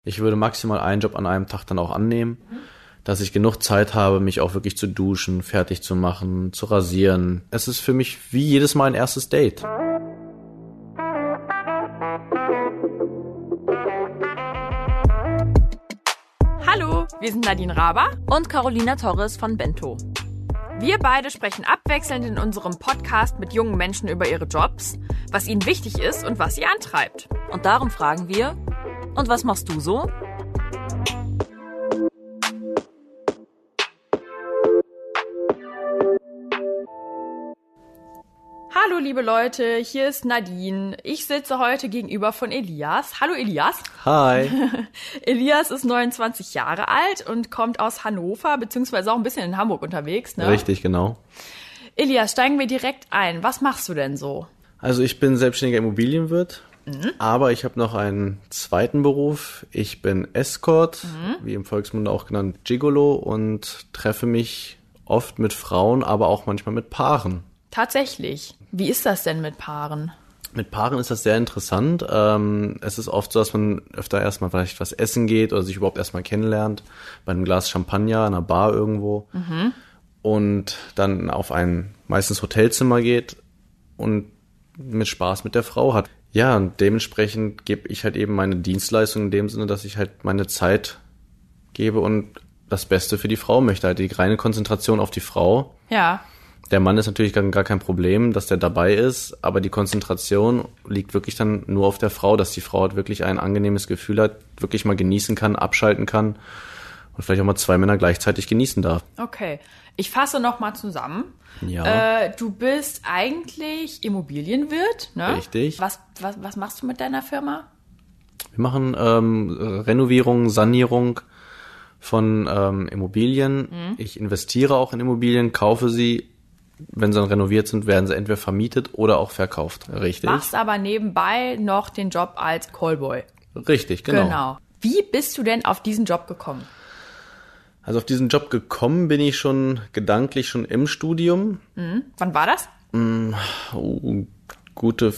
Ich würde maximal einen Job an einem Tag dann auch annehmen, dass ich genug Zeit habe, mich auch wirklich zu duschen, fertig zu machen, zu rasieren. Es ist für mich wie jedes Mal ein erstes Date. Hallo, wir sind Nadine Raber und Carolina Torres von Bento. Wir beide sprechen abwechselnd in unserem Podcast mit jungen Menschen über ihre Jobs, was ihnen wichtig ist und was sie antreibt. Und darum fragen wir, und was machst du so? Hallo liebe Leute, hier ist Nadine. Ich sitze heute gegenüber von Elias. Hallo Elias. Hi. Elias ist 29 Jahre alt und kommt aus Hannover, beziehungsweise auch ein bisschen in Hamburg unterwegs, ne? Richtig, genau. Elias, steigen wir direkt ein. Was machst du denn so? Also ich bin selbstständiger Immobilienwirt, aber ich habe noch einen zweiten Beruf. Ich bin Escort, wie im Volksmunde auch genannt Gigolo, und treffe mich oft mit Frauen, aber auch manchmal mit Paaren. Tatsächlich. Wie ist das denn mit Paaren? Mit Paaren ist das sehr interessant. Es ist oft so, dass man öfter erstmal vielleicht was essen geht oder sich überhaupt erstmal kennenlernt, bei einem Glas Champagner, einer Bar irgendwo, und dann auf ein meistens Hotelzimmer geht und mit Spaß mit der Frau hat. Ja, und dementsprechend gebe ich halt eben meine Dienstleistung in dem Sinne, dass ich halt meine Zeit gebe und das Beste für die Frau möchte, halt die reine Konzentration auf die Frau. Ja. Der Mann ist natürlich gar kein Problem, dass der dabei ist, aber die Konzentration liegt wirklich dann nur auf der Frau, dass die Frau halt wirklich ein angenehmes Gefühl hat, wirklich mal genießen kann, abschalten kann und vielleicht auch mal zwei Männer gleichzeitig genießen darf. Okay, ich fasse nochmal zusammen. Ja. Du bist eigentlich Immobilienwirt, ne? Richtig. Was machst du mit deiner Firma? Wir machen Renovierung, Sanierung von Immobilien. Ich investiere auch in Immobilien, kaufe sie. Wenn sie dann renoviert sind, werden sie entweder vermietet oder auch verkauft. Richtig. Machst aber nebenbei noch den Job als Callboy. Richtig, genau. Wie bist du denn auf diesen Job gekommen? Also auf diesen Job gekommen bin ich gedanklich schon im Studium. Wann war das? Gute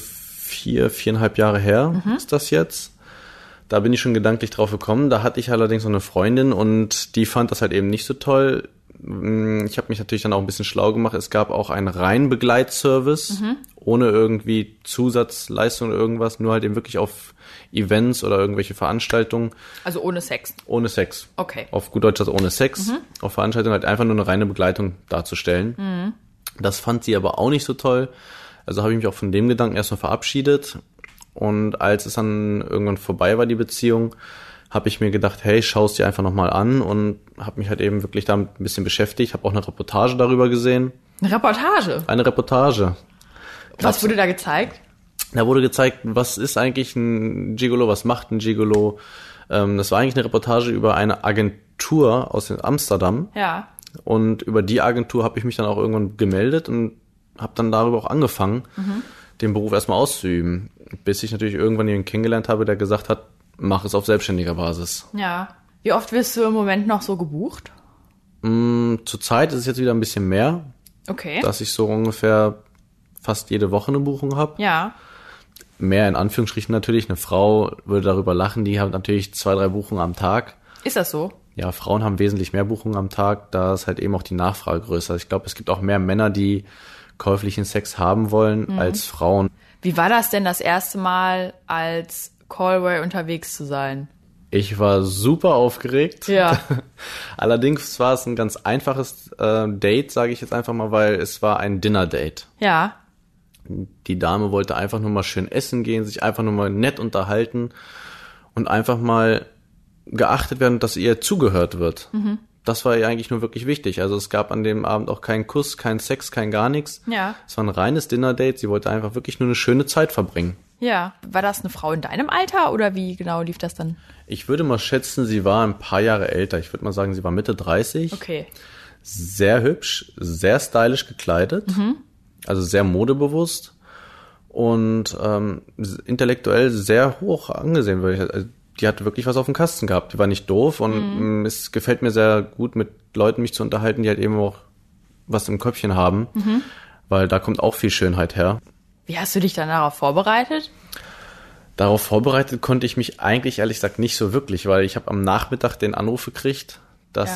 4,5 Jahre her ist das jetzt. Da bin ich schon gedanklich drauf gekommen. Da hatte ich allerdings noch eine Freundin und die fand das halt eben nicht so toll. Ich habe mich natürlich dann auch ein bisschen schlau gemacht. Es gab auch einen reinen Begleitservice, ohne irgendwie Zusatzleistung oder irgendwas, nur halt eben wirklich auf Events oder irgendwelche Veranstaltungen. Also ohne Sex? Ohne Sex. Okay. Auf gut Deutsch also ohne Sex. Auf Veranstaltungen halt einfach nur eine reine Begleitung darzustellen. Das fand sie aber auch nicht so toll. Also habe ich mich auch von dem Gedanken erstmal verabschiedet. Und als es dann irgendwann vorbei war, die Beziehung, habe ich mir gedacht, hey, schau es dir einfach nochmal an, und habe mich halt eben wirklich damit ein bisschen beschäftigt. Habe auch eine Reportage darüber gesehen. Eine Reportage? Eine Reportage. Was wurde da gezeigt? Da wurde gezeigt, was ist eigentlich ein Gigolo, was macht ein Gigolo. Das war eigentlich eine Reportage über eine Agentur aus Amsterdam. Ja. Und über die Agentur habe ich mich dann auch irgendwann gemeldet und habe dann darüber auch angefangen, den Beruf erstmal auszuüben. Bis ich natürlich irgendwann jemanden kennengelernt habe, der gesagt hat, mach es auf selbstständiger Basis. Ja. Wie oft wirst du im Moment noch so gebucht? Zurzeit ist es jetzt wieder ein bisschen mehr. Okay. Dass ich so ungefähr fast jede Woche eine Buchung habe. Ja. Mehr in Anführungsstrichen natürlich. Eine Frau würde darüber lachen, die hat natürlich 2-3 Buchungen am Tag. Ist das so? Ja, Frauen haben wesentlich mehr Buchungen am Tag, da ist halt eben auch die Nachfrage größer. Ich glaube, es gibt auch mehr Männer, die käuflichen Sex haben wollen, als Frauen. Wie war das denn das erste Mal als Callboy unterwegs zu sein? Ich war super aufgeregt. Ja. Allerdings war es ein ganz einfaches Date, sage ich jetzt einfach mal, weil es war ein Dinner-Date. Ja. Die Dame wollte einfach nur mal schön essen gehen, sich einfach nur mal nett unterhalten und einfach mal geachtet werden, dass ihr zugehört wird. Das war ihr eigentlich nur wirklich wichtig. Also es gab an dem Abend auch keinen Kuss, keinen Sex, kein gar nichts. Ja. Es war ein reines Dinner-Date. Sie wollte einfach wirklich nur eine schöne Zeit verbringen. Ja. War das eine Frau in deinem Alter oder wie genau lief das dann? Ich würde mal schätzen, sie war ein paar Jahre älter. Ich würde mal sagen, sie war Mitte 30. Okay. Sehr hübsch, sehr stylisch gekleidet. Also sehr modebewusst und intellektuell sehr hoch angesehen, würde ich. Also die hatte wirklich was auf dem Kasten gehabt. Die war nicht doof und es gefällt mir sehr gut, mit Leuten mich zu unterhalten, die halt eben auch was im Köpfchen haben, weil da kommt auch viel Schönheit her. Wie hast du dich dann darauf vorbereitet? Darauf vorbereitet konnte ich mich eigentlich ehrlich gesagt nicht so wirklich, weil ich habe am Nachmittag den Anruf gekriegt, dass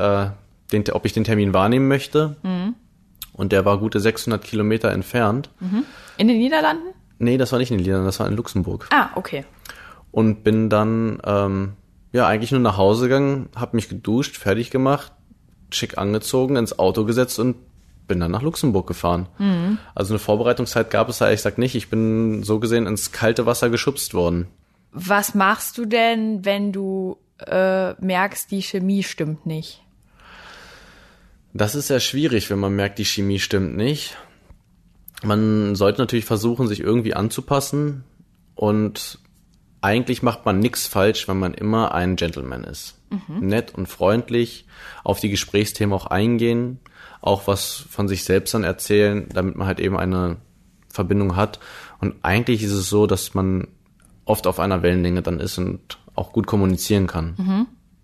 ob ich den Termin wahrnehmen möchte. Mhm. Und der war gute 600 Kilometer entfernt. Mhm. In den Niederlanden? Nee, das war nicht in den Niederlanden, das war in Luxemburg. Ah, okay. Und bin dann eigentlich nur nach Hause gegangen, habe mich geduscht, fertig gemacht, schick angezogen, ins Auto gesetzt und bin dann nach Luxemburg gefahren. Mhm. Also eine Vorbereitungszeit gab es da ehrlich gesagt nicht. Ich bin so gesehen ins kalte Wasser geschubst worden. Was machst du denn, wenn du merkst, die Chemie stimmt nicht? Das ist sehr schwierig, wenn man merkt, die Chemie stimmt nicht. Man sollte natürlich versuchen, sich irgendwie anzupassen und eigentlich macht man nichts falsch, wenn man immer ein Gentleman ist. Mhm. Nett und freundlich, auf die Gesprächsthemen auch eingehen, auch was von sich selbst dann erzählen, damit man halt eben eine Verbindung hat. Und eigentlich ist es so, dass man oft auf einer Wellenlänge dann ist und auch gut kommunizieren kann. Mhm.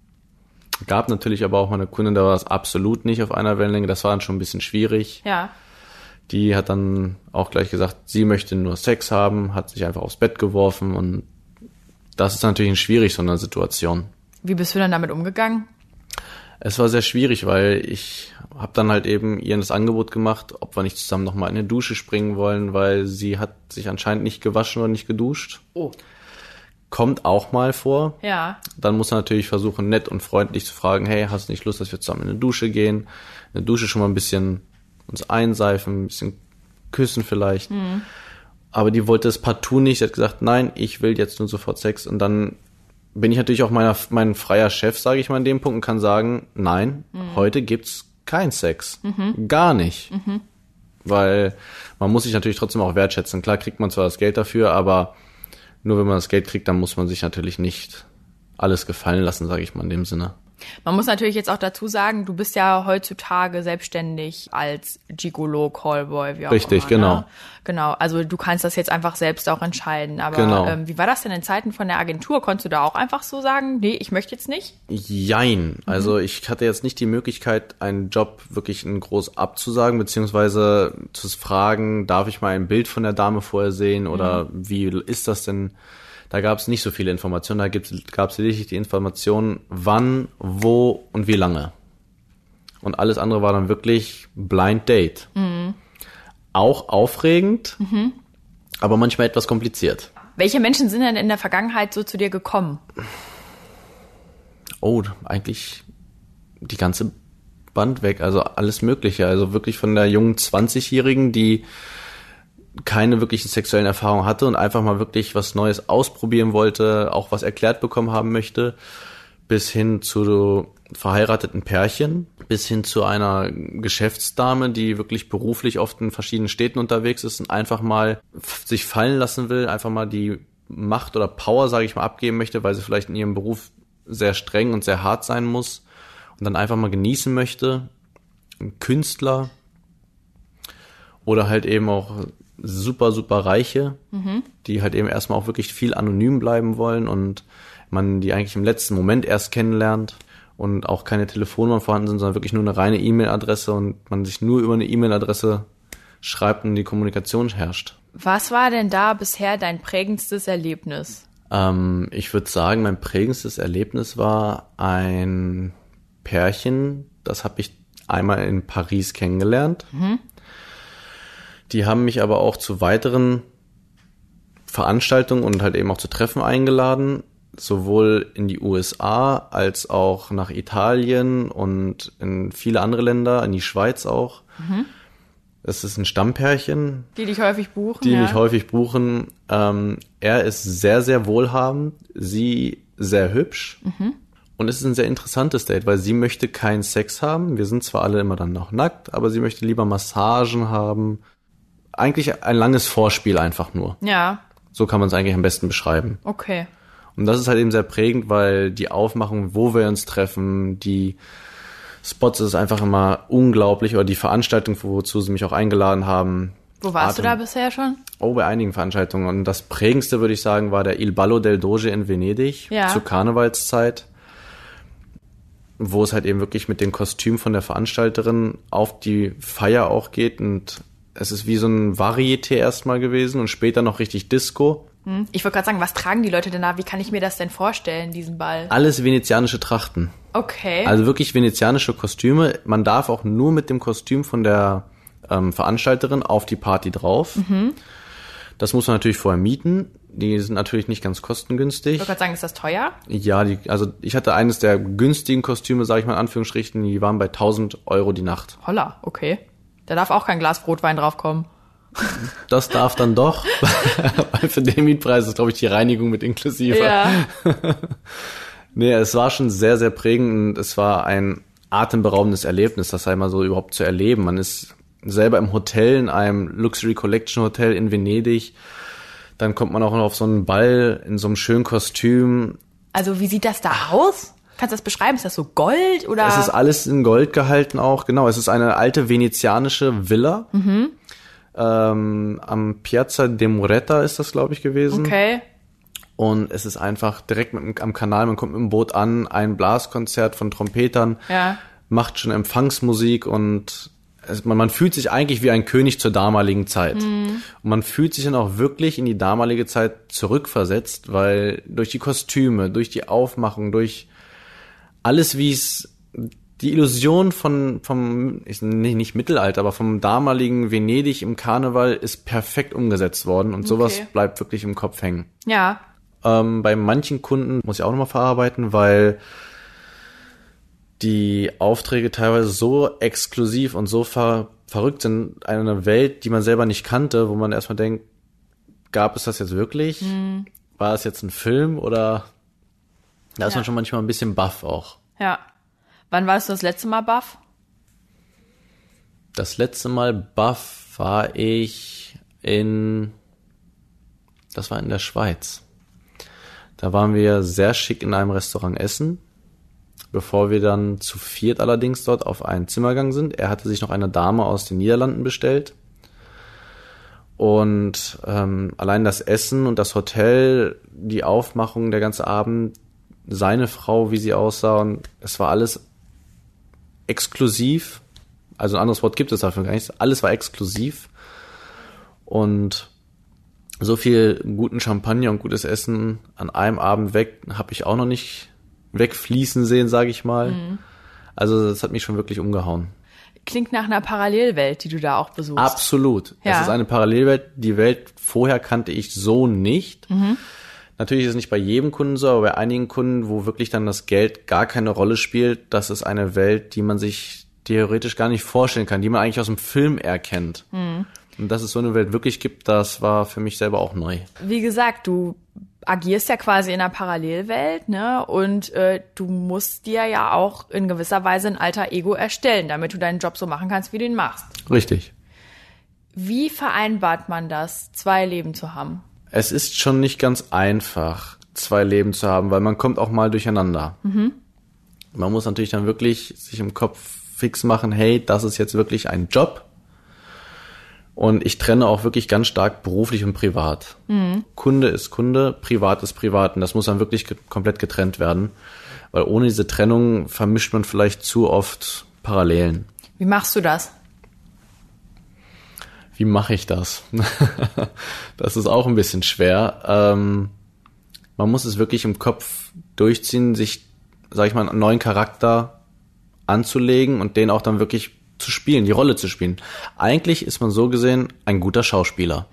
Gab natürlich aber auch mal eine Kundin, da war es absolut nicht auf einer Wellenlänge. Das war dann schon ein bisschen schwierig. Ja. Die hat dann auch gleich gesagt, sie möchte nur Sex haben, hat sich einfach aufs Bett geworfen und das ist natürlich schwierig, so eine Situation. Wie bist du dann damit umgegangen? Es war sehr schwierig, weil ich habe dann halt eben ihr das Angebot gemacht, ob wir nicht zusammen nochmal in eine Dusche springen wollen, weil sie hat sich anscheinend nicht gewaschen oder nicht geduscht. Oh. Kommt auch mal vor. Ja. Dann muss man natürlich versuchen, nett und freundlich zu fragen, hey, hast du nicht Lust, dass wir zusammen in eine Dusche gehen? In der Dusche schon mal ein bisschen uns einseifen, ein bisschen küssen vielleicht. Mhm. Aber die wollte es partout nicht. Sie hat gesagt, nein, ich will jetzt nur sofort Sex. Und dann bin ich natürlich auch mein freier Chef, sage ich mal in dem Punkt, und kann sagen, nein, heute gibt's kein Sex. Mhm. Gar nicht. Mhm. Weil man muss sich natürlich trotzdem auch wertschätzen. Klar kriegt man zwar das Geld dafür, aber nur wenn man das Geld kriegt, dann muss man sich natürlich nicht alles gefallen lassen, sage ich mal in dem Sinne. Man muss natürlich jetzt auch dazu sagen, du bist ja heutzutage selbstständig als Gigolo, Callboy, wie auch Richtig, immer. genau. Ne? Genau, also du kannst das jetzt einfach selbst auch entscheiden. Aber genau. Wie war das denn in Zeiten von der Agentur? Konntest du da auch einfach so sagen, nee, ich möchte jetzt nicht? Jein. Also ich hatte jetzt nicht die Möglichkeit, einen Job wirklich groß abzusagen, beziehungsweise zu fragen, darf ich mal ein Bild von der Dame vorher sehen oder wie ist das denn? Da gab es nicht so viele Informationen, da gab es lediglich die Information, wann, wo und wie lange. Und alles andere war dann wirklich Blind Date. Mhm. Auch aufregend, aber manchmal etwas kompliziert. Welche Menschen sind denn in der Vergangenheit so zu dir gekommen? Oh, eigentlich die ganze Band weg, also alles Mögliche. Also wirklich von der jungen 20-Jährigen, die keine wirklichen sexuellen Erfahrungen hatte und einfach mal wirklich was Neues ausprobieren wollte, auch was erklärt bekommen haben möchte, bis hin zu verheirateten Pärchen, bis hin zu einer Geschäftsdame, die wirklich beruflich oft in verschiedenen Städten unterwegs ist und einfach mal sich fallen lassen will, einfach mal die Macht oder Power, sage ich mal, abgeben möchte, weil sie vielleicht in ihrem Beruf sehr streng und sehr hart sein muss und dann einfach mal genießen möchte. Ein Künstler oder halt eben auch super, super Reiche, die halt eben erstmal auch wirklich viel anonym bleiben wollen und man die eigentlich im letzten Moment erst kennenlernt und auch keine Telefonnummern vorhanden sind, sondern wirklich nur eine reine E-Mail-Adresse und man sich nur über eine E-Mail-Adresse schreibt und die Kommunikation herrscht. Was war denn da bisher dein prägendstes Erlebnis? Ich würde sagen, mein prägendstes Erlebnis war ein Pärchen, das habe ich einmal in Paris kennengelernt. Die haben mich aber auch zu weiteren Veranstaltungen und halt eben auch zu Treffen eingeladen, sowohl in die USA als auch nach Italien und in viele andere Länder, in die Schweiz auch. Es ist ein Stammpärchen. Die dich häufig buchen. Die mich häufig buchen. Er ist sehr, sehr wohlhabend, sie sehr hübsch. Und es ist ein sehr interessantes Date, weil sie möchte keinen Sex haben. Wir sind zwar alle immer dann noch nackt, aber sie möchte lieber Massagen haben. Eigentlich ein langes Vorspiel einfach nur. Ja. So kann man es eigentlich am besten beschreiben. Okay. Und das ist halt eben sehr prägend, weil die Aufmachung, wo wir uns treffen, die Spots, ist einfach immer unglaublich. Oder die Veranstaltung, wozu sie mich auch eingeladen haben. Wo warst du da bisher schon? Oh, bei einigen Veranstaltungen. Und das prägendste, würde ich sagen, war der Il Ballo del Doge in Venedig. Ja. Zur Karnevalszeit. Wo es halt eben wirklich mit dem Kostüm von der Veranstalterin auf die Feier auch geht und es ist wie so ein Varieté erstmal gewesen und später noch richtig Disco. Ich wollte gerade sagen, was tragen die Leute denn da? Wie kann ich mir das denn vorstellen, diesen Ball? Alles venezianische Trachten. Okay. Also wirklich venezianische Kostüme. Man darf auch nur mit dem Kostüm von der Veranstalterin auf die Party drauf. Das muss man natürlich vorher mieten. Die sind natürlich nicht ganz kostengünstig. Ich wollte gerade sagen, ist das teuer? Ja, also ich hatte eines der günstigen Kostüme, sage ich mal in Anführungsstrichen, die waren bei 1.000 Euro die Nacht. Holla, okay. Da darf auch kein Glas Rotwein draufkommen. Das darf dann doch, weil für den Mietpreis ist, glaube ich, die Reinigung mit inklusive. Ja. Nee, es war schon sehr, sehr prägend und es war ein atemberaubendes Erlebnis, das einmal so überhaupt zu erleben. Man ist selber im Hotel, in einem Luxury Collection Hotel in Venedig. Dann kommt man auch noch auf so einen Ball in so einem schönen Kostüm. Also wie sieht das da aus? Kannst du das beschreiben? Ist das so Gold oder? Es ist alles in Gold gehalten auch, genau. Es ist eine alte venezianische Villa. Am Piazza de Mureta ist das, glaube ich, gewesen. Okay. Und es ist einfach direkt am Kanal, man kommt mit dem Boot an, ein Blaskonzert von Trompetern, macht schon Empfangsmusik und man fühlt sich eigentlich wie ein König zur damaligen Zeit. Und man fühlt sich dann auch wirklich in die damalige Zeit zurückversetzt, weil durch die Kostüme, durch die Aufmachung, durch alles, wie es die Illusion vom nicht Mittelalter, aber vom damaligen Venedig im Karneval ist perfekt umgesetzt worden und sowas bleibt wirklich im Kopf hängen. Ja. Bei manchen Kunden muss ich auch nochmal verarbeiten, weil die Aufträge teilweise so exklusiv und so verrückt sind, eine Welt, die man selber nicht kannte, wo man erstmal denkt, gab es das jetzt wirklich? War es jetzt ein Film oder da ist man schon manchmal ein bisschen baff auch. Ja. Wann warst du das letzte Mal baff? Das letzte Mal baff war ich das war in der Schweiz. Da waren wir sehr schick in einem Restaurant essen, bevor wir dann zu viert allerdings dort auf ein Zimmer gegangen sind. Er hatte sich noch eine Dame aus den Niederlanden bestellt. Und allein das Essen und das Hotel, die Aufmachung, der ganze Abend, seine Frau, wie sie aussah, und es war alles exklusiv. Also ein anderes Wort gibt es dafür gar nicht. Alles war exklusiv. Und so viel guten Champagner und gutes Essen an einem Abend weg habe ich auch noch nicht wegfließen sehen, sage ich mal. Also das hat mich schon wirklich umgehauen. Klingt nach einer Parallelwelt, die du da auch besuchst. Absolut. Ja. Es ist eine Parallelwelt. Die Welt vorher kannte ich so nicht. Natürlich ist es nicht bei jedem Kunden so, aber bei einigen Kunden, wo wirklich dann das Geld gar keine Rolle spielt, das ist eine Welt, die man sich theoretisch gar nicht vorstellen kann, die man eigentlich aus dem Film erkennt. Und dass es so eine Welt wirklich gibt, das war für mich selber auch neu. Wie gesagt, du agierst ja quasi in einer Parallelwelt, ne? Und du musst dir ja auch in gewisser Weise ein alter Ego erstellen, damit du deinen Job so machen kannst, wie du ihn machst. Richtig. Wie vereinbart man das, 2 Leben zu haben? Es ist schon nicht ganz einfach, 2 Leben zu haben, weil man kommt auch mal durcheinander. Man muss natürlich dann wirklich sich im Kopf fix machen, hey, das ist jetzt wirklich ein Job. Und ich trenne auch wirklich ganz stark beruflich und privat. Kunde ist Kunde, privat ist privat. Und das muss dann wirklich komplett getrennt werden. Weil ohne diese Trennung vermischt man vielleicht zu oft Parallelen. Wie machst du das? Wie mache ich das? Das ist auch ein bisschen schwer. Man muss es wirklich im Kopf durchziehen, sich, sag ich mal, einen neuen Charakter anzulegen und den auch dann wirklich zu spielen, die Rolle zu spielen. Eigentlich ist man so gesehen ein guter Schauspieler.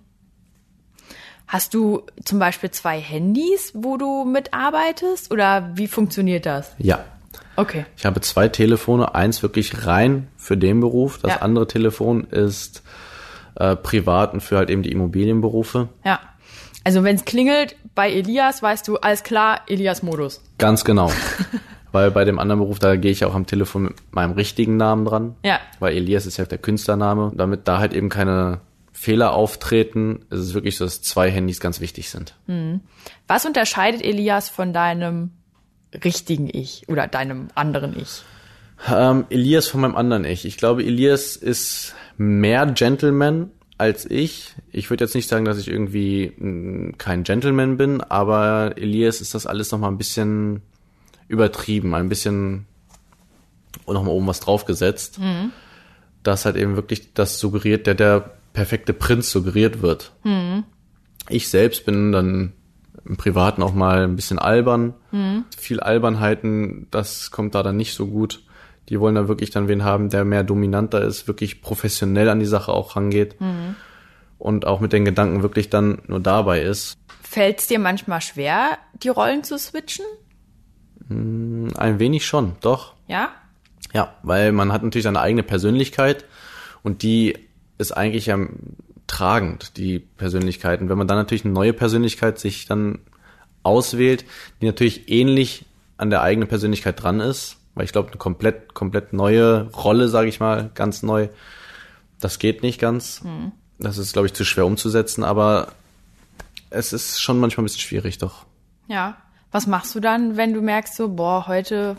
Hast du zum Beispiel 2 Handys, wo du mitarbeitest? Oder wie funktioniert das? Ja. Okay. Ich habe 2 Telefone, eins wirklich rein für den Beruf. Das andere Telefon ist privat und für halt eben die Immobilienberufe. Ja. Also wenn es klingelt bei Elias, weißt du, alles klar, Elias-Modus. Ganz genau. Weil bei dem anderen Beruf, da gehe ich auch am Telefon mit meinem richtigen Namen dran. Ja. Weil Elias ist ja der Künstlername. Damit da halt eben keine Fehler auftreten, ist es wirklich so, dass 2 Handys ganz wichtig sind. Was unterscheidet Elias von deinem richtigen Ich oder deinem anderen Ich? Elias von meinem anderen Ich. Ich glaube, Elias ist mehr Gentleman als ich. Ich würde jetzt nicht sagen, dass ich irgendwie kein Gentleman bin, aber Elias ist das alles nochmal ein bisschen übertrieben, ein bisschen und nochmal oben was draufgesetzt. Das halt eben wirklich das suggeriert, der perfekte Prinz suggeriert wird. Ich selbst bin dann im Privaten auch mal ein bisschen albern. Viel Albernheiten, das kommt da dann nicht so gut. Die wollen da wirklich dann wen haben, der mehr dominanter ist, wirklich professionell an die Sache auch rangeht und auch mit den Gedanken wirklich dann nur dabei ist. Fällt es dir manchmal schwer, die Rollen zu switchen? Ein wenig schon, doch. Ja? Ja, weil man hat natürlich seine eigene Persönlichkeit und die ist eigentlich ja tragend, die Persönlichkeiten. Wenn man dann natürlich eine neue Persönlichkeit sich dann auswählt, die natürlich ähnlich an der eigenen Persönlichkeit dran ist, weil ich glaube, eine komplett neue Rolle, sage ich mal, ganz neu, das geht nicht ganz. Das ist, glaube ich, zu schwer umzusetzen, aber es ist schon manchmal ein bisschen schwierig, doch. Ja. Was machst du dann, wenn du merkst so, boah, heute...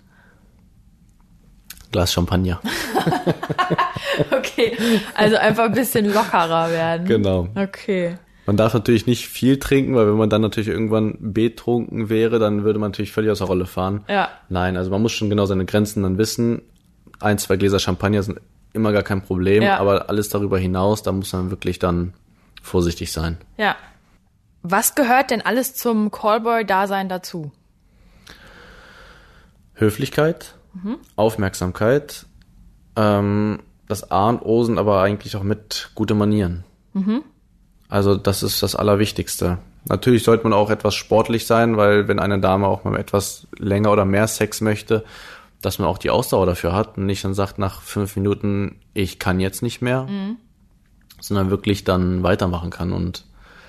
Glas Champagner. Okay, also einfach ein bisschen lockerer werden. Genau. Okay. Man darf natürlich nicht viel trinken, weil wenn man dann natürlich irgendwann betrunken wäre, dann würde man natürlich völlig aus der Rolle fahren. Ja. Nein, also man muss schon genau seine Grenzen dann wissen. 1, 2 Gläser Champagner sind immer gar kein Problem, aber alles darüber hinaus, da muss man wirklich dann vorsichtig sein. Ja. Was gehört denn alles zum Callboy-Dasein dazu? Höflichkeit, Aufmerksamkeit, das A und O sind aber eigentlich auch mit gute Manieren. Also das ist das Allerwichtigste. Natürlich sollte man auch etwas sportlich sein, weil wenn eine Dame auch mal etwas länger oder mehr Sex möchte, dass man auch die Ausdauer dafür hat und nicht dann sagt nach 5 Minuten, ich kann jetzt nicht mehr, sondern wirklich dann weitermachen kann. Und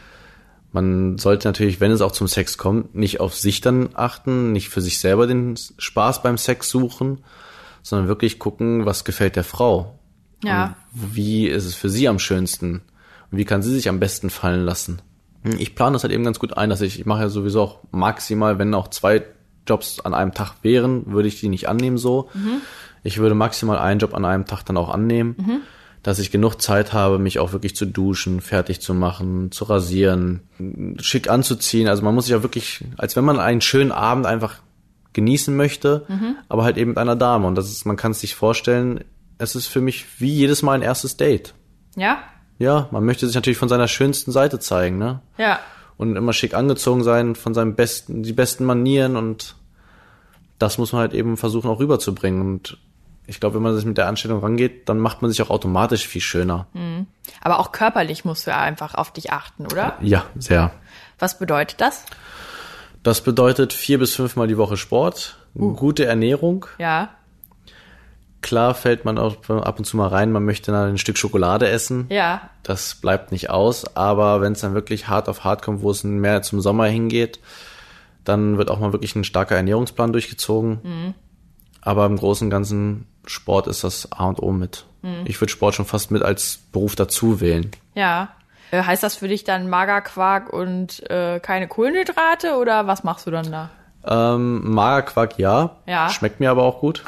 man sollte natürlich, wenn es auch zum Sex kommt, nicht auf sich dann achten, nicht für sich selber den Spaß beim Sex suchen, sondern wirklich gucken, was gefällt der Frau. Ja. Und wie ist es für sie am schönsten? Und wie kann sie sich am besten fallen lassen? Ich plane das halt eben ganz gut ein, dass ich mache ja sowieso auch maximal, wenn auch 2 Jobs an einem Tag wären, würde ich die nicht annehmen so. Ich würde maximal einen Job an einem Tag dann auch annehmen, dass ich genug Zeit habe, mich auch wirklich zu duschen, fertig zu machen, zu rasieren, schick anzuziehen. Also man muss sich ja wirklich, als wenn man einen schönen Abend einfach genießen möchte, aber halt eben mit einer Dame. Und das ist, man kann es sich vorstellen, es ist für mich wie jedes Mal ein erstes Date. Ja? Ja, man möchte sich natürlich von seiner schönsten Seite zeigen, ne? Ja. Und immer schick angezogen sein, von seinem die besten Manieren, und das muss man halt eben versuchen auch rüberzubringen. Und ich glaube, wenn man sich mit der Anstellung rangeht, dann macht man sich auch automatisch viel schöner. Aber auch körperlich musst du ja einfach auf dich achten, oder? Ja, sehr. Was bedeutet das? Das bedeutet 4 bis 5 Mal die Woche Sport, gute Ernährung. Ja. Klar fällt man auch ab und zu mal rein, man möchte dann ein Stück Schokolade essen. Ja. Das bleibt nicht aus, aber wenn es dann wirklich hart auf hart kommt, wo es mehr zum Sommer hingeht, dann wird auch mal wirklich ein starker Ernährungsplan durchgezogen. Aber im Großen und Ganzen Sport ist das A und O mit. Ich würde Sport schon fast mit als Beruf dazu wählen. Ja. Heißt das für dich dann Magerquark und keine Kohlenhydrate, oder was machst du dann da? Magerquark ja, schmeckt mir aber auch gut.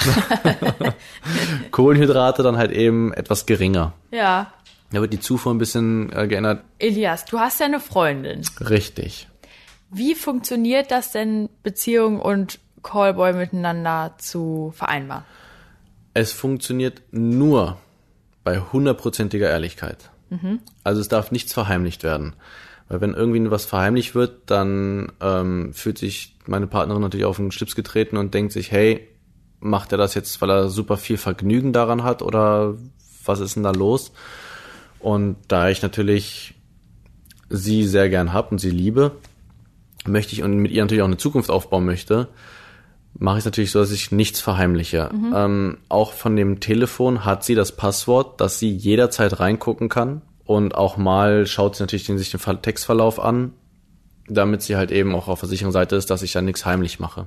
Kohlenhydrate dann halt eben etwas geringer. Ja. Da wird die Zufuhr ein bisschen geändert. Elias, du hast ja eine Freundin. Richtig. Wie funktioniert das denn, Beziehung und Callboy miteinander zu vereinbaren? Es funktioniert nur bei 100%iger Ehrlichkeit. Also es darf nichts verheimlicht werden. Weil wenn irgendwie was verheimlicht wird, dann fühlt sich meine Partnerin natürlich auf den Schlips getreten und denkt sich, hey, macht er das jetzt, weil er super viel Vergnügen daran hat, oder was ist denn da los? Und da ich natürlich sie sehr gern hab und sie liebe, möchte ich und mit ihr natürlich auch eine Zukunft aufbauen möchte, mache ich es natürlich so, dass ich nichts verheimliche. Auch von dem Telefon hat sie das Passwort, dass sie jederzeit reingucken kann. Und auch mal schaut sie natürlich sich den Textverlauf an, damit sie halt eben auch auf der sicheren Seite ist, dass ich da nichts heimlich mache.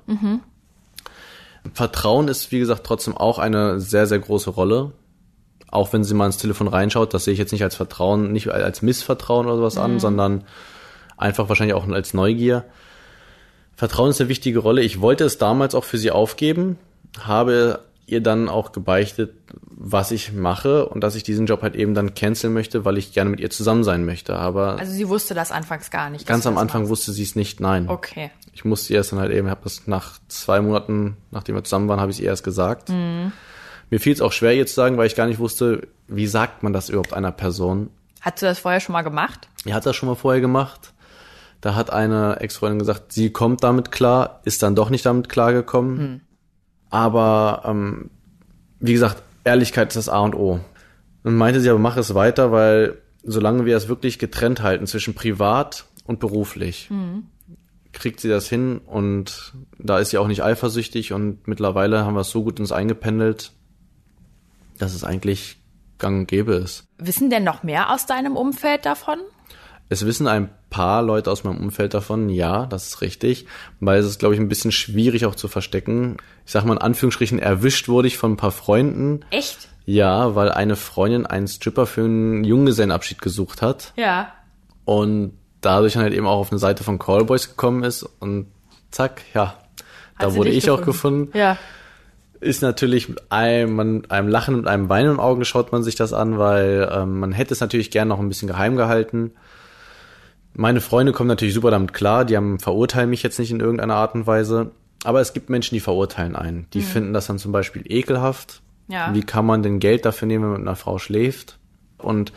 Vertrauen ist, wie gesagt, trotzdem auch eine sehr, sehr große Rolle. Auch wenn sie mal ins Telefon reinschaut, das sehe ich jetzt nicht als Vertrauen, nicht als Missvertrauen oder sowas an, sondern einfach wahrscheinlich auch als Neugier. Vertrauen ist eine wichtige Rolle. Ich wollte es damals auch für sie aufgeben, habe ihr dann auch gebeichtet, was ich mache und dass ich diesen Job halt eben dann canceln möchte, weil ich gerne mit ihr zusammen sein möchte. Aber also sie wusste das anfangs gar nicht. Ganz am Anfang wusste sie es nicht, nein. Okay. Ich musste ihr erst dann halt eben, habe das nach 2 Monaten, nachdem wir zusammen waren, habe ich es ihr erst gesagt. Mir fiel es auch schwer, ihr zu sagen, weil ich gar nicht wusste, wie sagt man das überhaupt einer Person. Hast du das vorher schon mal gemacht? Er hat das schon mal vorher gemacht. Da hat eine Ex-Freundin gesagt, sie kommt damit klar, ist dann doch nicht damit klargekommen. Aber wie gesagt, Ehrlichkeit ist das A und O. Und meinte sie aber, mach es weiter, weil solange wir es wirklich getrennt halten zwischen privat und beruflich, kriegt sie das hin und da ist sie auch nicht eifersüchtig und mittlerweile haben wir es so gut uns eingependelt, dass es eigentlich gang und gäbe ist. Wissen denn noch mehr aus deinem Umfeld davon? Es wissen ein paar Leute aus meinem Umfeld davon, ja, das ist richtig, weil es ist, glaube ich, ein bisschen schwierig auch zu verstecken. Ich sag mal in Anführungsstrichen, erwischt wurde ich von ein paar Freunden. Echt? Ja, weil eine Freundin einen Stripper für einen Junggesellenabschied gesucht hat Ja. und dadurch dann halt eben auch auf eine Seite von Callboys gekommen ist und zack, ja, da wurde ich auch gefunden. Ja. Ist natürlich mit einem Lachen und einem Weinen in den Augen schaut man sich das an, weil man hätte es natürlich gern noch ein bisschen geheim gehalten. Meine Freunde kommen natürlich super damit klar, die verurteilen mich jetzt nicht in irgendeiner Art und Weise, aber es gibt Menschen, die verurteilen einen. Die finden das dann zum Beispiel ekelhaft. Ja. Wie kann man denn Geld dafür nehmen, wenn man mit einer Frau schläft? Und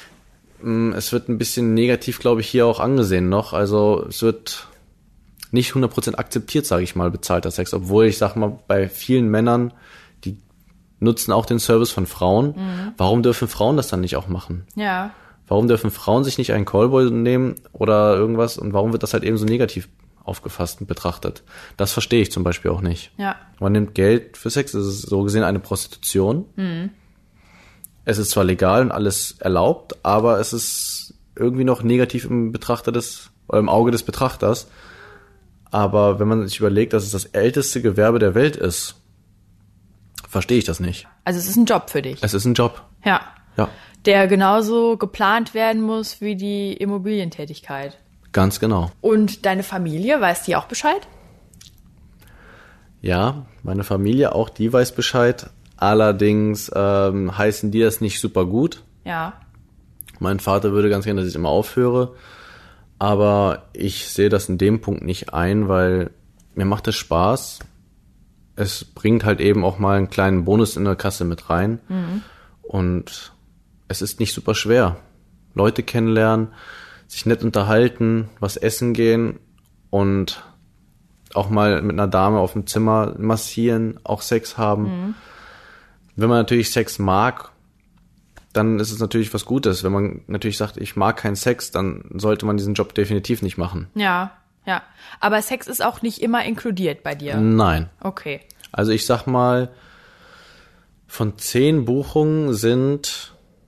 es wird ein bisschen negativ, glaube ich, hier auch angesehen noch. Also es wird nicht 100% akzeptiert, sage ich mal, bezahlter Sex. Obwohl ich sag mal, bei vielen Männern, die nutzen auch den Service von Frauen. Warum dürfen Frauen das dann nicht auch machen? Ja. Warum dürfen Frauen sich nicht einen Callboy nehmen oder irgendwas? Und warum wird das halt eben so negativ aufgefasst und betrachtet? Das verstehe ich zum Beispiel auch nicht. Ja. Man nimmt Geld für Sex, das ist so gesehen eine Prostitution. Es ist zwar legal und alles erlaubt, aber es ist irgendwie noch negativ im Auge des Betrachters. Aber wenn man sich überlegt, dass es das älteste Gewerbe der Welt ist, verstehe ich das nicht. Also es ist ein Job für dich. Es ist ein Job. Ja. Ja, Der genauso geplant werden muss wie die Immobilientätigkeit. ganz genau. Und deine Familie, weiß die auch Bescheid? Ja, meine Familie, auch die weiß Bescheid. Allerdings heißen die das nicht super gut. Ja. Mein Vater würde ganz gerne, dass ich immer aufhöre. Aber ich sehe das in dem Punkt nicht ein, weil mir macht es Spaß. Es bringt halt eben auch mal einen kleinen Bonus in der Kasse mit rein. Und es ist nicht super schwer. Leute kennenlernen, sich nett unterhalten, was essen gehen und auch mal mit einer Dame auf dem Zimmer massieren, auch Sex haben. Wenn man natürlich Sex mag, dann ist es natürlich was Gutes. Wenn man natürlich sagt, ich mag keinen Sex, dann sollte man diesen Job definitiv nicht machen. Ja, ja. Aber Sex ist auch nicht immer inkludiert bei dir? Nein. Okay. Also ich sag mal, von 10 Buchungen sind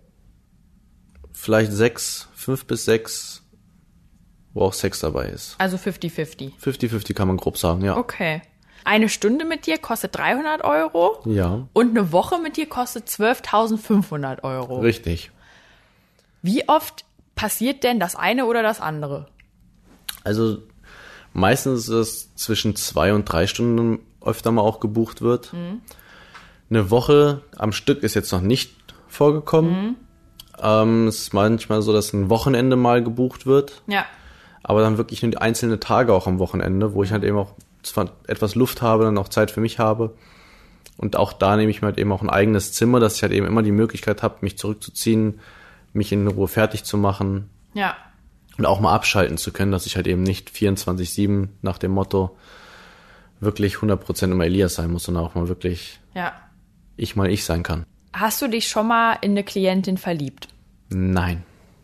vielleicht 5 bis 6, wo auch Sex dabei ist. Also 50-50. 50-50 kann man grob sagen, ja. Okay. Eine Stunde mit dir kostet 300 Euro Ja, und eine Woche mit dir kostet 12.500 Euro. richtig. Wie oft passiert denn das eine oder das andere? Also meistens ist es zwischen 2 und 3 Stunden öfter mal auch gebucht wird. Eine Woche am Stück ist jetzt noch nicht vorgekommen. Es ist manchmal so, dass ein Wochenende mal gebucht wird, Ja. aber dann wirklich nur die einzelnen Tage auch am Wochenende, wo ich halt eben auch zwar etwas Luft habe, dann auch Zeit für mich habe. Und auch da nehme ich mir halt eben auch ein eigenes Zimmer, dass ich halt eben immer die Möglichkeit habe, mich zurückzuziehen, mich in Ruhe fertig zu machen Ja. und auch mal abschalten zu können, dass ich halt eben nicht 24/7 nach dem Motto wirklich 100% immer Elias sein muss, sondern auch mal wirklich Ja. ich sein kann. Hast du dich schon mal in eine Klientin verliebt? Nein,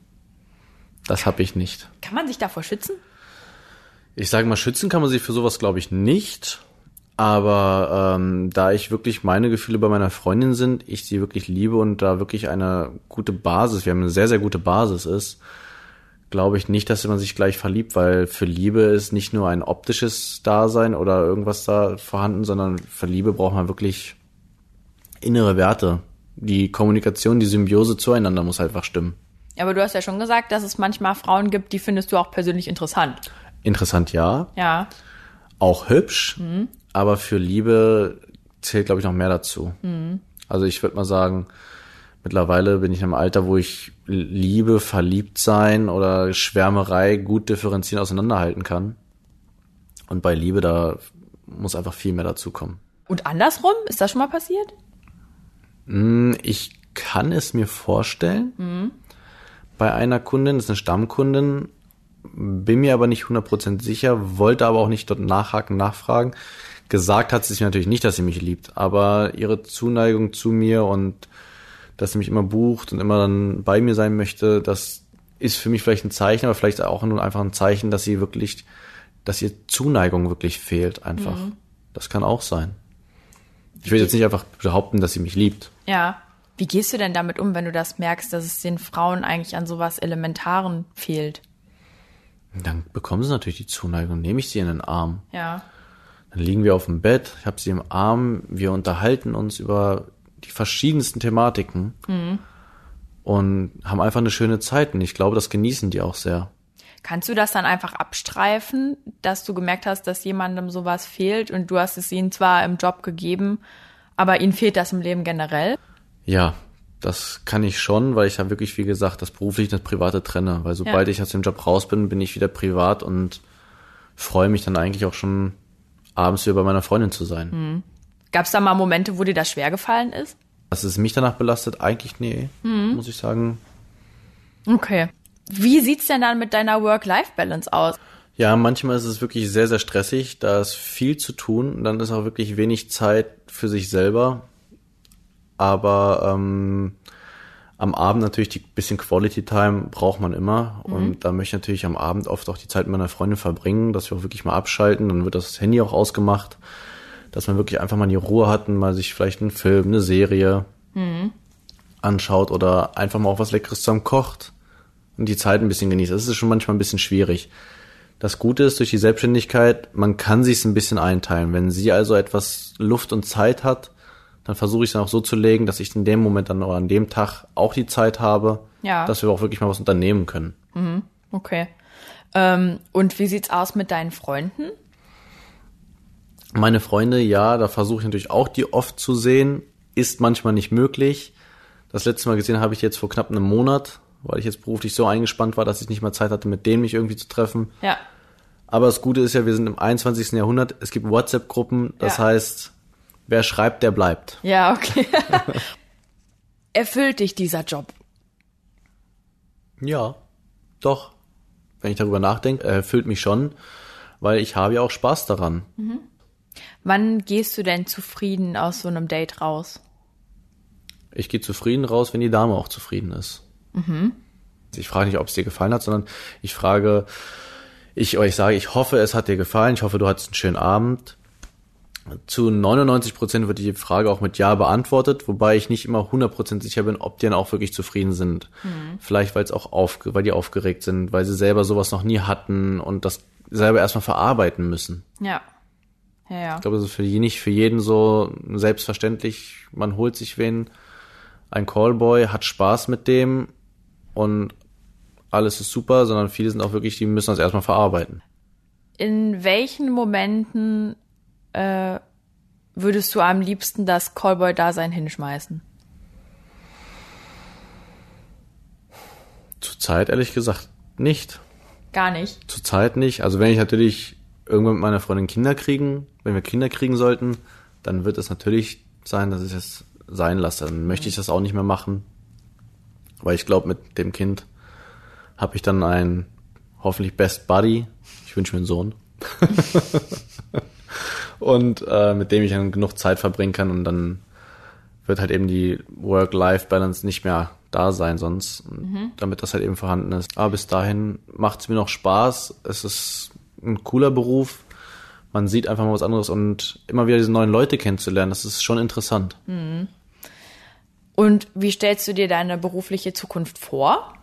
das habe ich nicht. Kann man sich davor schützen? Ich sage mal, schützen kann man sich für sowas, glaube ich, nicht. Aber da ich wirklich meine Gefühle bei meiner Freundin sind, ich sie wirklich liebe und da wirklich eine gute Basis, wir haben eine sehr, sehr gute Basis ist, glaube ich nicht, dass man sich gleich verliebt, weil für Liebe ist nicht nur ein optisches Dasein oder irgendwas da vorhanden, sondern für Liebe braucht man wirklich innere Werte. Die Kommunikation, die Symbiose zueinander muss einfach stimmen. Aber du hast ja schon gesagt, dass es manchmal Frauen gibt, die findest du auch persönlich interessant. Interessant, ja. Ja. Auch hübsch, aber für Liebe zählt, glaube ich, noch mehr dazu. Also ich würde mal sagen, mittlerweile bin ich in einem Alter, wo ich Liebe, Verliebtsein oder Schwärmerei gut differenzieren auseinanderhalten kann. Und bei Liebe, da muss einfach viel mehr dazu kommen. Und andersrum? Ist das schon mal passiert? Ich kann es mir vorstellen. bei einer Kundin, das ist eine Stammkundin, bin mir aber nicht 100% sicher, wollte aber auch nicht dort nachfragen. Gesagt hat sie sich natürlich nicht, dass sie mich liebt, aber ihre Zuneigung zu mir und dass sie mich immer bucht und immer dann bei mir sein möchte, das ist für mich vielleicht ein Zeichen, aber vielleicht auch nur einfach ein Zeichen, dass ihr Zuneigung wirklich fehlt einfach. Das kann auch sein. Ich will jetzt nicht einfach behaupten, dass sie mich liebt. Ja. Wie gehst du denn damit um, wenn du das merkst, dass es den Frauen eigentlich an sowas Elementaren fehlt? Dann bekommen sie natürlich die Zuneigung, nehme ich sie in den Arm. Ja. Dann liegen wir auf dem Bett, ich habe sie im Arm, wir unterhalten uns über die verschiedensten Thematiken und haben einfach eine schöne Zeit. Und ich glaube, das genießen die auch sehr. Kannst du das dann einfach abstreifen, dass du gemerkt hast, dass jemandem sowas fehlt und du hast es ihnen zwar im Job gegeben, aber ihnen fehlt das im Leben generell? Ja, das kann ich schon, weil ich da wirklich, wie gesagt, das berufliche und das private trenne. Weil sobald ich aus dem Job raus bin, bin ich wieder privat und freue mich dann eigentlich auch schon, abends wieder bei meiner Freundin zu sein. Gab es da mal Momente, wo dir das schwer gefallen ist? Dass es mich danach belastet? Eigentlich nee, muss ich sagen. Okay. Wie sieht's denn dann mit deiner Work-Life-Balance aus? Ja, manchmal ist es wirklich sehr, sehr stressig. Da ist viel zu tun und dann ist auch wirklich wenig Zeit für sich selber. Aber am Abend natürlich die bisschen Quality Time braucht man immer. Und da möchte ich natürlich am Abend oft auch die Zeit mit meiner Freundin verbringen, dass wir auch wirklich mal abschalten. Dann wird das Handy auch ausgemacht, dass man wirklich einfach mal die Ruhe hat und mal sich vielleicht einen Film, eine Serie anschaut oder einfach mal auch was Leckeres zusammen kocht und die Zeit ein bisschen genießt. Das ist schon manchmal ein bisschen schwierig. Das Gute ist, durch die Selbstständigkeit, man kann sich's ein bisschen einteilen. Wenn sie also etwas Luft und Zeit hat, dann versuche ich es dann auch so zu legen, dass ich in dem Moment dann oder an dem Tag auch die Zeit habe, dass wir auch wirklich mal was unternehmen können. Okay. Und wie sieht's aus mit deinen Freunden? Meine Freunde, ja, da versuche ich natürlich auch, die oft zu sehen. Ist manchmal nicht möglich. Das letzte Mal gesehen habe ich jetzt vor knapp einem Monat, weil ich jetzt beruflich so eingespannt war, dass ich nicht mehr Zeit hatte, mit denen mich irgendwie zu treffen. Ja. Aber das Gute ist ja, wir sind im 21. Jahrhundert. Es gibt WhatsApp-Gruppen. Das heißt, wer schreibt, der bleibt. Ja, okay. Erfüllt dich dieser Job? Ja, doch. Wenn ich darüber nachdenke, erfüllt mich schon, weil ich habe ja auch Spaß daran. Wann gehst du denn zufrieden aus so einem Date raus? Ich gehe zufrieden raus, wenn die Dame auch zufrieden ist. Ich frage nicht, ob es dir gefallen hat, sondern ich sage, ich hoffe, es hat dir gefallen. Ich hoffe, du hattest einen schönen Abend. Zu 99% wird die Frage auch mit Ja beantwortet, wobei ich nicht immer 100% sicher bin, ob die dann auch wirklich zufrieden sind. Vielleicht, weil die aufgeregt sind, weil sie selber sowas noch nie hatten und das selber erstmal verarbeiten müssen. Ja. Ich glaube, das ist nicht für jeden so selbstverständlich. Man holt sich ein Callboy, hat Spaß mit dem und alles ist super, sondern viele sind auch wirklich, die müssen das erstmal verarbeiten. In welchen Momenten würdest du am liebsten das Callboy-Dasein hinschmeißen? Zurzeit ehrlich gesagt nicht. Gar nicht? Zurzeit nicht. Also wenn ich natürlich irgendwann mit meiner Freundin wenn wir Kinder kriegen sollten, dann wird es natürlich sein, dass ich es sein lasse. Dann möchte ich das auch nicht mehr machen. Weil ich glaube, mit dem Kind habe ich dann einen hoffentlich Best Buddy. Ich wünsche mir einen Sohn. Und mit dem ich dann genug Zeit verbringen kann und dann wird halt eben die Work-Life-Balance nicht mehr da sein sonst, damit das halt eben vorhanden ist. Aber bis dahin macht es mir noch Spaß. Es ist ein cooler Beruf. Man sieht einfach mal was anderes und immer wieder diese neuen Leute kennenzulernen, das ist schon interessant. Und wie stellst du dir deine berufliche Zukunft vor?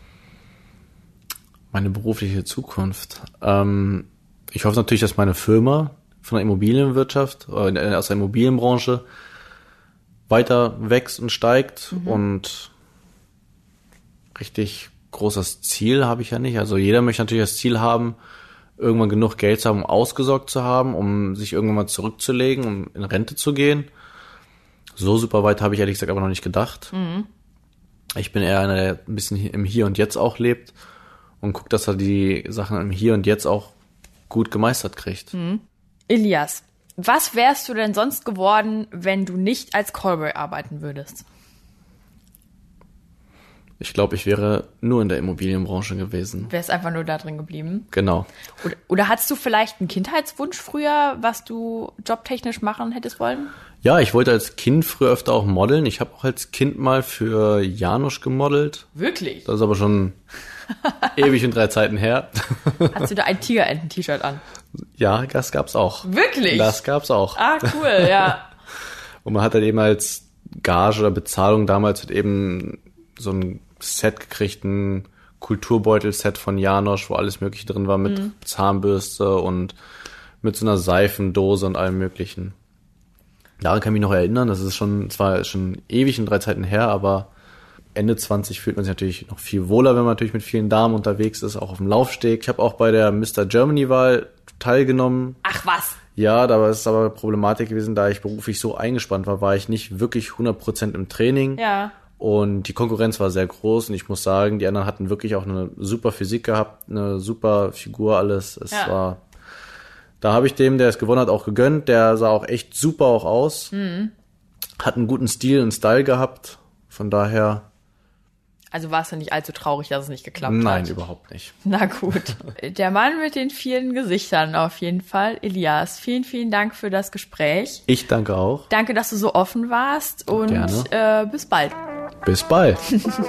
Meine berufliche Zukunft? Ich hoffe natürlich, dass meine Firma von der Immobilienwirtschaft, aus der Immobilienbranche weiter wächst und steigt und richtig großes Ziel habe ich ja nicht. Also jeder möchte natürlich das Ziel haben, irgendwann genug Geld zu haben, um ausgesorgt zu haben, um sich irgendwann mal zurückzulegen, um in Rente zu gehen. So super weit habe ich ehrlich gesagt aber noch nicht gedacht. Ich bin eher einer, der ein bisschen im Hier und Jetzt auch lebt und guckt, dass er die Sachen im Hier und Jetzt auch gut gemeistert kriegt. Ilias, was wärst du denn sonst geworden, wenn du nicht als Callboy arbeiten würdest? Ich glaube, ich wäre nur in der Immobilienbranche gewesen. Wärst einfach nur da drin geblieben? Genau. Oder hattest du vielleicht einen Kindheitswunsch früher, was du jobtechnisch machen hättest wollen? Ja, ich wollte als Kind früher öfter auch modeln. Ich habe auch als Kind mal für Janusz gemodelt. Wirklich? Das ist aber schon ewig und 3 Zeiten her. Hast du da ein Tigerenten-T-Shirt an? Ja, das gab's auch. Wirklich? Das gab's auch. Ah, cool, ja. Und man hat halt eben als Gage oder Bezahlung damals halt eben so ein Set gekriegt, ein Kulturbeutel-Set von Janusz, wo alles Mögliche drin war, mit Zahnbürste und mit so einer Seifendose und allem Möglichen. Daran kann ich mich noch erinnern, das ist zwar schon ewig und 3 Zeiten her, aber Ende 20 fühlt man sich natürlich noch viel wohler, wenn man natürlich mit vielen Damen unterwegs ist, auch auf dem Laufsteg. Ich habe auch bei der Mr. Germany-Wahl teilgenommen. Ach was? Ja, da ist aber Problematik gewesen, da ich beruflich so eingespannt war ich nicht wirklich 100% im Training. Ja. Und die Konkurrenz war sehr groß und ich muss sagen, die anderen hatten wirklich auch eine super Physik gehabt, eine super Figur, alles. Da habe ich dem, der es gewonnen hat, auch gegönnt. Der sah auch echt super auch aus. Mhm. Hat einen guten Stil und Style gehabt. Von daher. Also warst du nicht allzu traurig, dass es nicht geklappt hat? Nein, überhaupt nicht. Na gut. Der Mann mit den vielen Gesichtern auf jeden Fall. Elias, vielen, vielen Dank für das Gespräch. Ich danke auch. Danke, dass du so offen warst und bis bald. Bis bald.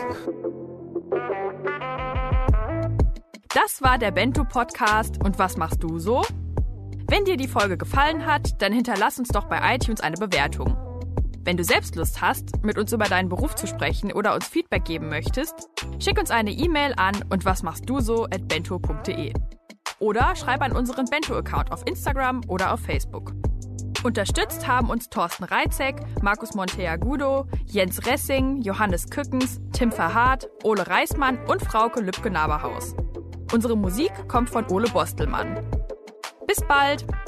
Das war der Bento-Podcast und was machst du so? Wenn dir die Folge gefallen hat, dann hinterlass uns doch bei iTunes eine Bewertung. Wenn du selbst Lust hast, mit uns über deinen Beruf zu sprechen oder uns Feedback geben möchtest, schick uns eine E-Mail an undwasmachstduso@bento.de. Oder schreib an unseren Bento-Account auf Instagram oder auf Facebook. Unterstützt haben uns Thorsten Reitzek, Markus Monteagudo, Jens Ressing, Johannes Kückens, Tim Verhardt, Ole Reismann und Frauke Lübke-Naberhaus. Unsere Musik kommt von Ole Bostelmann. Bis bald!